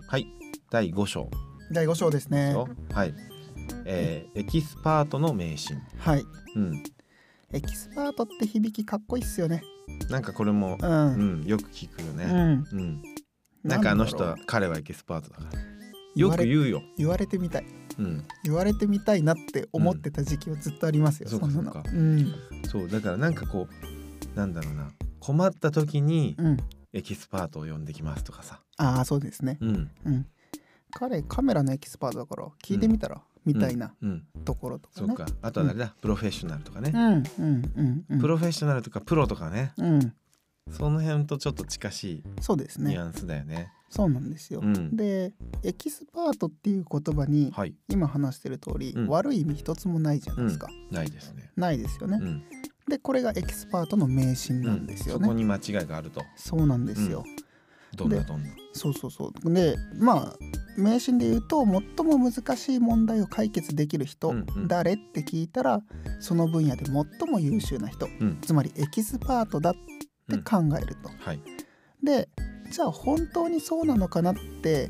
はい、第5章第5章ですね。 はい、エキスパートの迷信。 はい、 うん、 エキスパートって響きかっこいいっすよね。 なんかこれも、よく聞くよね。なんかあの人は彼はエキスパートだからよく言うよ。 言われてみたい、言われてみたいなって思ってた時期はずっとありますよ。 そうかそうか、そうだからなんかこうなんだろうな、困った時にエキスパートを呼んできますとかさ。 ああそうですね。彼カメラのエキスパートだから聞いてみたら、みたいなところとかね。 そうか、あとはあれだ、プロフェッショナルとかね。プロフェッショナルとかプロとかね、その辺とちょっと近しいそうですね、 ニュアンスだよね。 そうなんですよ。でエキスパートっていう言葉に、今話してる通り、悪い意味一つもないじゃないですか。 ないですね。 ないですよね。でこれがエキスパートの迷信なんですよね。 そこに間違いがあると。 そうなんですよ。 どんなそうで迷信で言うと最も難しい問題を解決できる人、誰って聞いたらその分野で最も優秀な人、つまりエキスパートだって考えると。でじゃあ本当にそうなのかなって、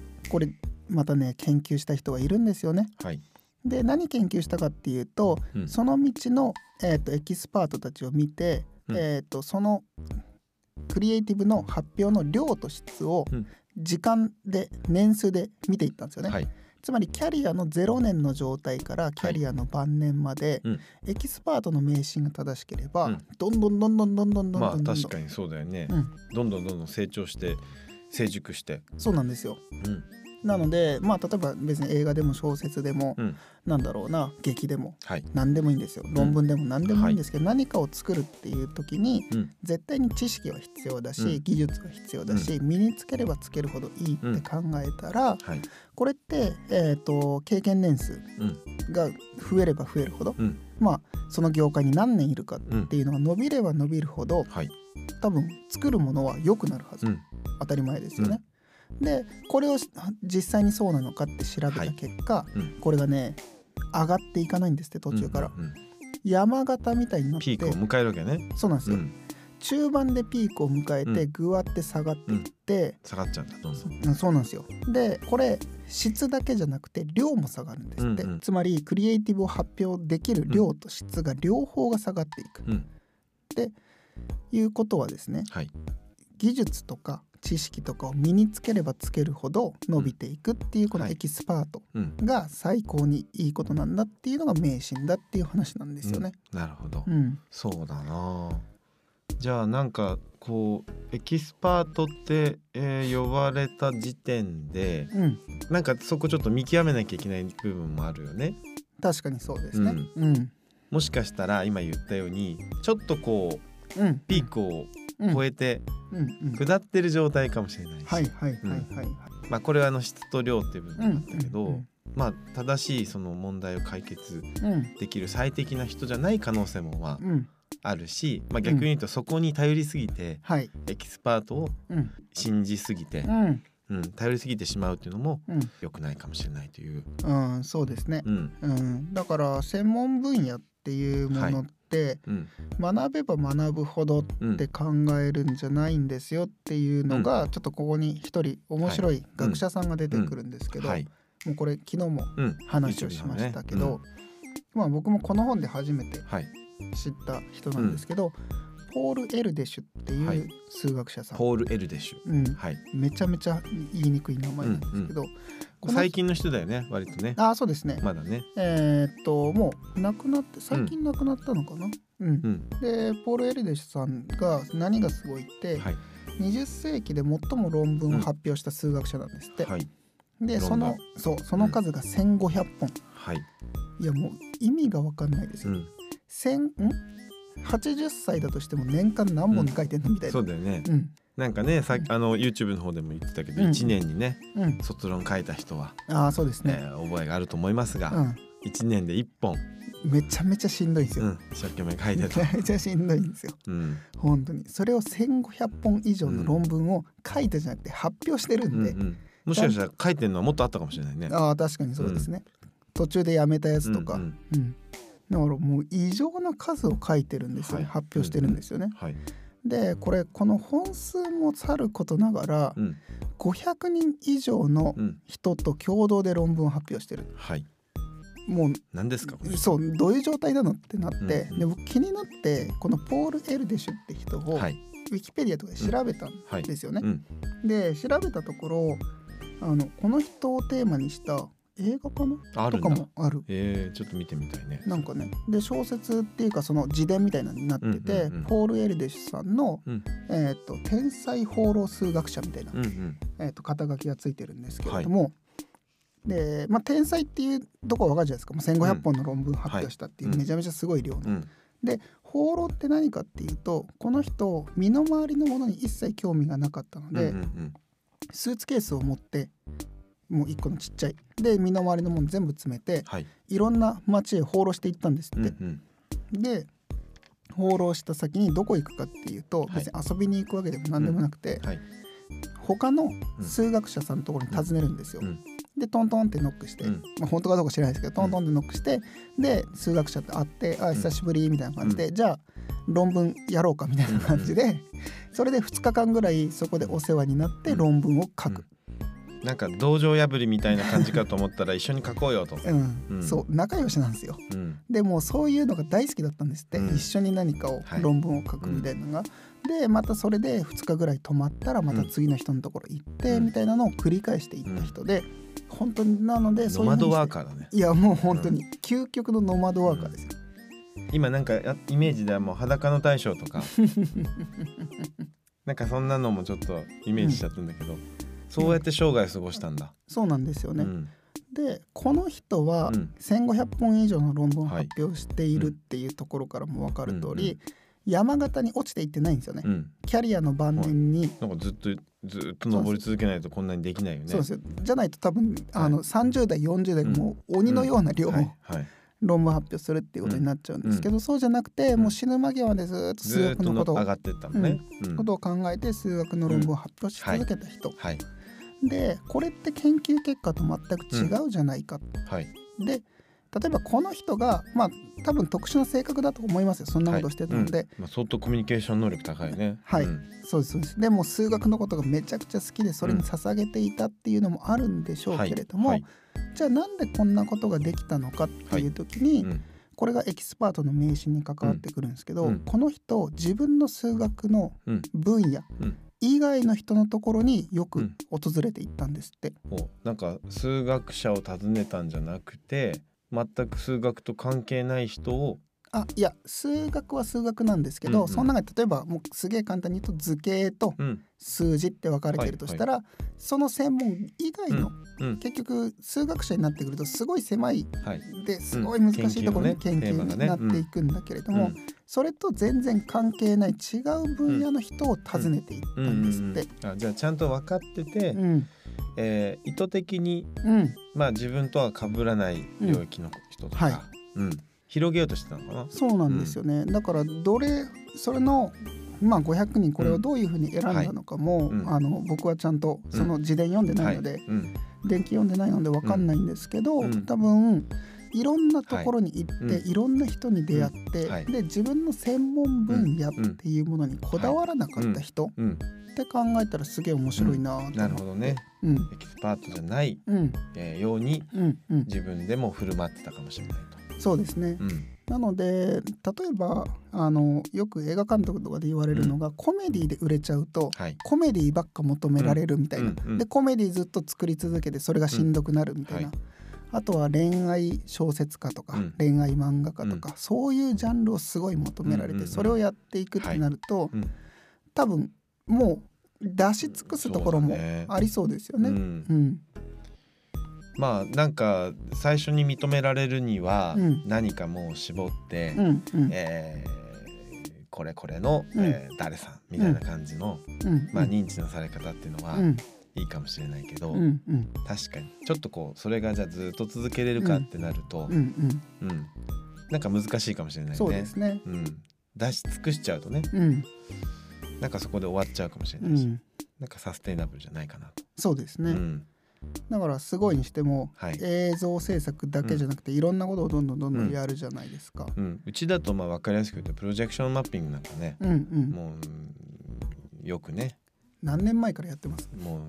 これまたね研究した人がいるんですよね。で何研究したかっていうと、その道の、エキスパートたちを見て、そのクリエイティブの発表の量と質を時間で年数で見ていったんですよね。つまりキャリアの0年の状態からキャリアの晩年まで、エキスパートの迷信が正しければ、どんどん確かにそうだよね。どんどん成長して成熟して。 そうなんですよ。なので例えば別に映画でも小説でも、なんだろうな、劇でも、何でもいいんですよ。論文でも何でもいいんですけど、何かを作るっていう時に、絶対に知識は必要だし、技術は必要だし、身につければつけるほどいいって考えたら、これって、経験年数が増えれば増えるほど、その業界に何年いるかっていうのが伸びれば伸びるほど、多分作るものは良くなるはず、当たり前ですよね。でこれを実際にそうなのかって調べた結果、これがね上がっていかないんですって、途中から、山形みたいになってピークを迎えるわけね。 そうなんですよ、中盤でピークを迎えてぐわって下がっていって、 下がっちゃうんだ、どんどん。そうなんですよ。でこれ質だけじゃなくて量も下がるんですって、つまりクリエイティブを発表できる量と質が両方が下がっていく、っていうことはですね、技術とか知識とかを身につければつけるほど伸びていくっていう、このエキスパートが最高にいいことなんだっていうのが迷信だっていう話なんですよね。 なるほど、そうだな。じゃあなんかこうエキスパートって、呼ばれた時点で、なんかそこちょっと見極めなきゃいけない部分もあるよね。 確かにそうですね。 もしかしたら今言ったようにちょっとこう、ピークを超えて下ってる状態かもしれないし、これは質と量っていう部分だったけど、正しいその問題を解決できる最適な人じゃない可能性もあるし、逆に言うとそこに頼りすぎて、エキスパートを信じすぎて、頼りすぎてしまうっていうのも良くないかもしれないという、 そうですね。だから専門分野っていうものって、学べば学ぶほどって考えるんじゃないんですよっていうのが、ちょっとここに一人面白い学者さんが出てくるんですけど、もうこれ昨日も話をしましたけど、僕もこの本で初めて知った人なんですけど、ポール・エルデシュっていう数学者さん、 ポール・エルデシュ、 めちゃめちゃ言いにくい名前なんですけど、 最近の人だよね、割とね。 そうですね。 まだね。 もう亡くなって最近亡くなったのかな。でポール・エルデシュさんが何がすごいって、20世紀で最も論文を発表した数学者なんですって。でその数が1500本。いやもう意味が分かんないですよ。80歳だとしても年間何本書いてんのみたいな。 そうだよね。なんかね、YouTube の方でも言ってたけど、1年にね、卒論書いた人はそうですね、 覚えがあると思いますが、1年で1本めちゃめちゃしんどいんですよ。 一生懸命書いてた。 めちゃめちゃしんどいんですよ。本当にそれを1500本以上の論文を書いたじゃなくて発表してるんで、 もしかしたら書いてるのはもっとあったかもしれないね。 確かにそうですね。途中でやめたやつとか、だからもう異常な数を書いてるんですよね、発表してるんですよね。でこの本数もさることながら、 500人以上の人と共同で論文を発表してる、 はい、 もう何ですかこれ。 そうどういう状態なのってなって、で僕気になってこのポール・エルデシュって人を、はい、ウィキペディアとかで調べたんですよね、で調べたところこの人をテーマにした映画かなとかもある。 ちょっと見てみたいね。 なんかねで小説っていうかその自伝みたいなのになってて、ポール・エルデシュさんの、天才放浪数学者みたいな、肩書きがついてるんですけれども、はい、で天才っていうどこか分かるじゃないですか。もう1500本の論文発表したっていうめちゃめちゃすごい量の、で放浪って何かっていうとこの人身の回りのものに一切興味がなかったので、スーツケースを持ってもう一個のちっちゃいで身の回りのもの全部詰めて、はい、いろんな街へ放浪していったんですって、で放浪した先にどこ行くかっていうと、別に遊びに行くわけでも何でもなくて、他の数学者さんのところに訪ねるんですよ、でトントンってノックして、本当かどうか知らないですけどトントンってノックして、で数学者と会って久しぶりみたいな感じで、じゃあ論文やろうかみたいな感じで、それで2日間ぐらいそこでお世話になって論文を書く、 なんか道場破りみたいな感じかと思ったら一緒に書こうよと、 そう仲良しなんですよ、でもそういうのが大好きだったんですって、一緒に何かを論文を書くみたいなのが、でまたそれで2日ぐらい泊まったらまた次の人のところ行ってみたいなのを繰り返していった人で、本当になのでそういうノマドワーカーだね。 いやもう本当に究極のノマドワーカーですよ、 今なんかイメージではもう裸の大将とかなんかそんなのもちょっとイメージしちゃったんだけど、そうやって生涯過ごしたんだ、 そうなんですよね、でこの人は1500本以上の論文を発表しているっていうところからも分かる通り、山形に落ちていってないんですよね、キャリアの晩年に、 なんかずっと登り続けないとこんなにできないよね。 そうですよ。じゃないと多分30代40代がもう鬼のような量を論文発表するっていうことになっちゃうんですけど、そうじゃなくてもう死ぬ間際までずっと数学のことを上がってったのね、 ことを考えて数学の論文を発表し続けた人、でこれって研究結果と全く違うじゃないか、で例えばこの人が多分特殊な性格だと思いますよ、そんなことをしてたので、 相当コミュニケーション能力高いね。 そうですそうです。でも数学のことがめちゃくちゃ好きでそれに捧げていたっていうのもあるんでしょうけれども、じゃあなんでこんなことができたのかっていう時に、これがエキスパートの名詞に関わってくるんですけど、この人自分の数学の分野、以外の人のところによく訪れていったんですって、 なんか数学者を訪ねたんじゃなくて全く数学と関係ない人を、 いや数学は数学なんですけど、その中で例えばもうすげえ簡単に言うと図形と数字って分かれてるとしたら、その専門以外の、結局数学者になってくるとすごい狭い、ですごい難しいところに研究になっていくんだけれども、それと全然関係ない違う分野の人を訪ねていったんですって、 じゃあちゃんと分かってて、意図的に、自分とは被らない領域の人とか、広げようとしてたのかな。 そうなんですよね、だからそれの500人これをどういうふうに選んだのかも、僕はちゃんとその自伝読んでないので、伝記読んでないので分かんないんですけど、多分いろんなところに行って、いろんな人に出会って、で自分の専門分野っていうものにこだわらなかった人って考えたらすげえ面白いなと思って、 なるほどね、エキスパートじゃない、ように、自分でも振る舞ってたかもしれないと。 そうですね、なので例えばよく映画監督とかで言われるのが、コメディで売れちゃうと、コメディばっか求められるみたいな、でコメディずっと作り続けてそれがしんどくなるみたいな、あとは恋愛小説家とか、恋愛漫画家とか、そういうジャンルをすごい求められて、それをやっていくってなると、多分もう出し尽くすところもありそうですよね。 なんか最初に認められるには何かもう絞って、これの、誰さんみたいな感じの、認知のされ方っていうのはいいかもしれないけど、確かにちょっとこうそれがじゃあずっと続けれるかってなると、なんか難しいかもしれないね。 そうですね、 出し尽くしちゃうとね、なんかそこで終わっちゃうかもしれないし、なんかサステイナブルじゃないかなと。 そうですね、だからすごいにしても、映像制作だけじゃなくて、いろんなことをどんどんやるじゃないですか。 うちだと分かりやすく言うとプロジェクションマッピングなんかね、もうよくね何年前からやってます？ もう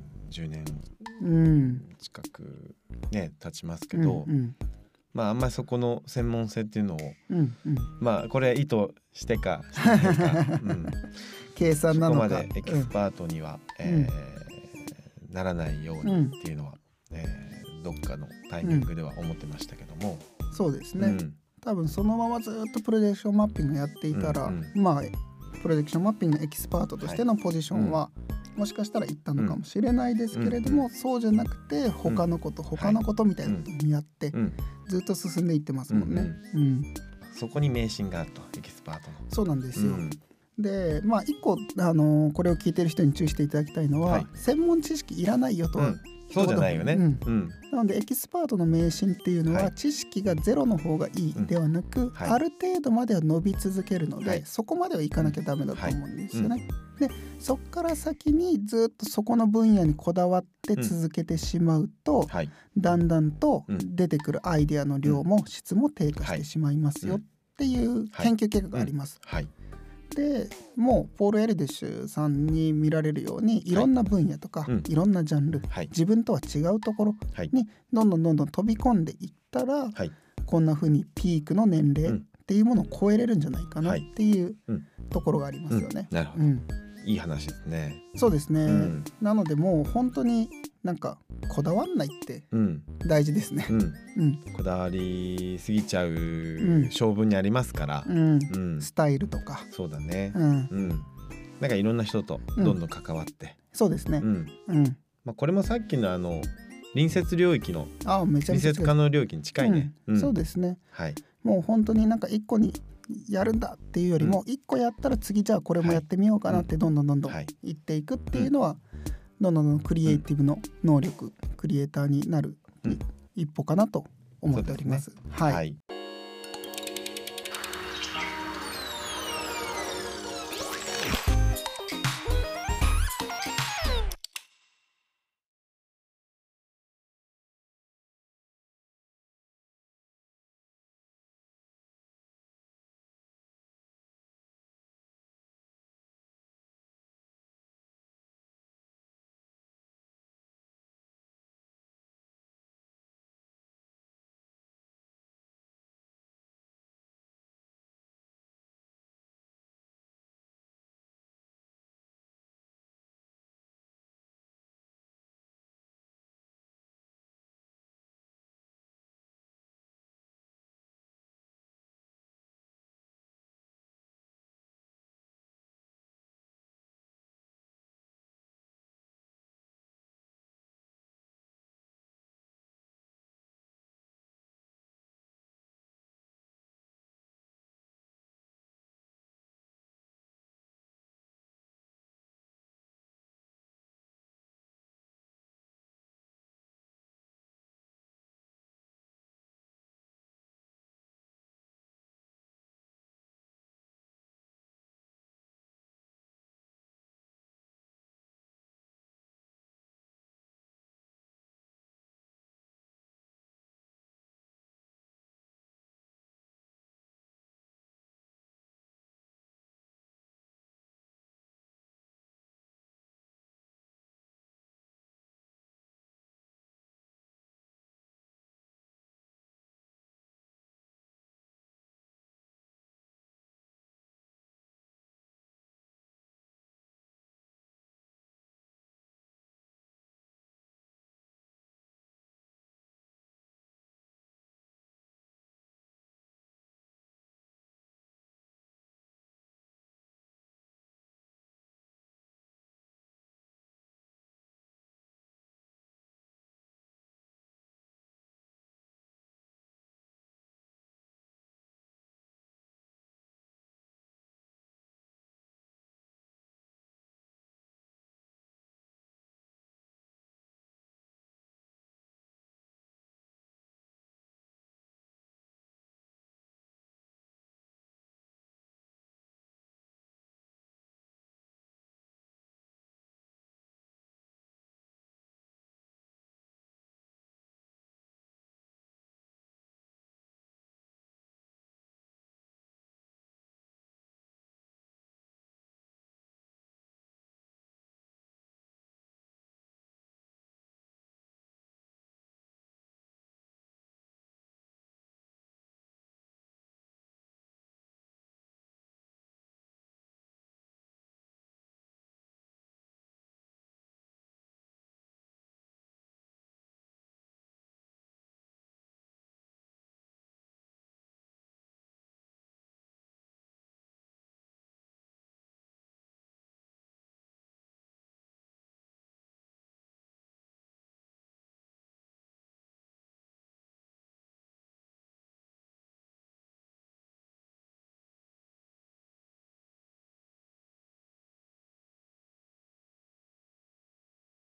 10年近くね経ちますけど、まああんまりそこの専門性っていうのを、まあこれ意図してかしないか、 計算なのかそこまでエキスパートには、ならないようにっていうのは、どっかのタイミングでは思ってましたけども、 そうですね、多分そのままずっとプロジェクションマッピングやっていたら、まあプロジェクションマッピングのエキスパートとしてのポジションは、もしかしたらいったのかもしれないですけれども、そうじゃなくて他のことみたいなことにやって、ずっと進んでいってますもんね。 そこに迷信があると、エキスパートの。 そうなんですよ。でまあ一個、これを聞いてる人に注意していただきたいのは、専門知識いらないよとは、 そうじゃないよね。 なのでエキスパートの迷信っていうのは、知識がゼロの方がいいではなく、ある程度までは伸び続けるので、そこまではいかなきゃダメだと思うんですよね。でそこから先にずっとそこの分野にこだわって続けてしまうと、だんだんと出てくるアイデアの量も質も低下してしまいますよっていう研究結果があります。でもうポール・エルデッシュさんに見られるように、いろんな分野とか、いろんなジャンル、自分とは違うところにどんどん飛び込んでいったら、こんな風にピークの年齢っていうものを超えれるんじゃないかなっていうところがありますよね。 なるほど、いい話ですね。 そうですね、なのでもう本当になんかこだわんないって大事ですね。 こだわりすぎちゃう性分にありますから、 スタイルとか。 そうだね。なんかいろんな人とどんどん関わって、 そうですね。 まあこれもさっきの隣接領域の隣接可能領域に近いね。 そうですね。もう本当になんか一個にやるんだっていうよりも、一個やったら次じゃあこれもやってみようかなってどんどんいっていくっていうのは、どんどんクリエイティブの能力、クリエイターになる一歩かなと思っております。はい。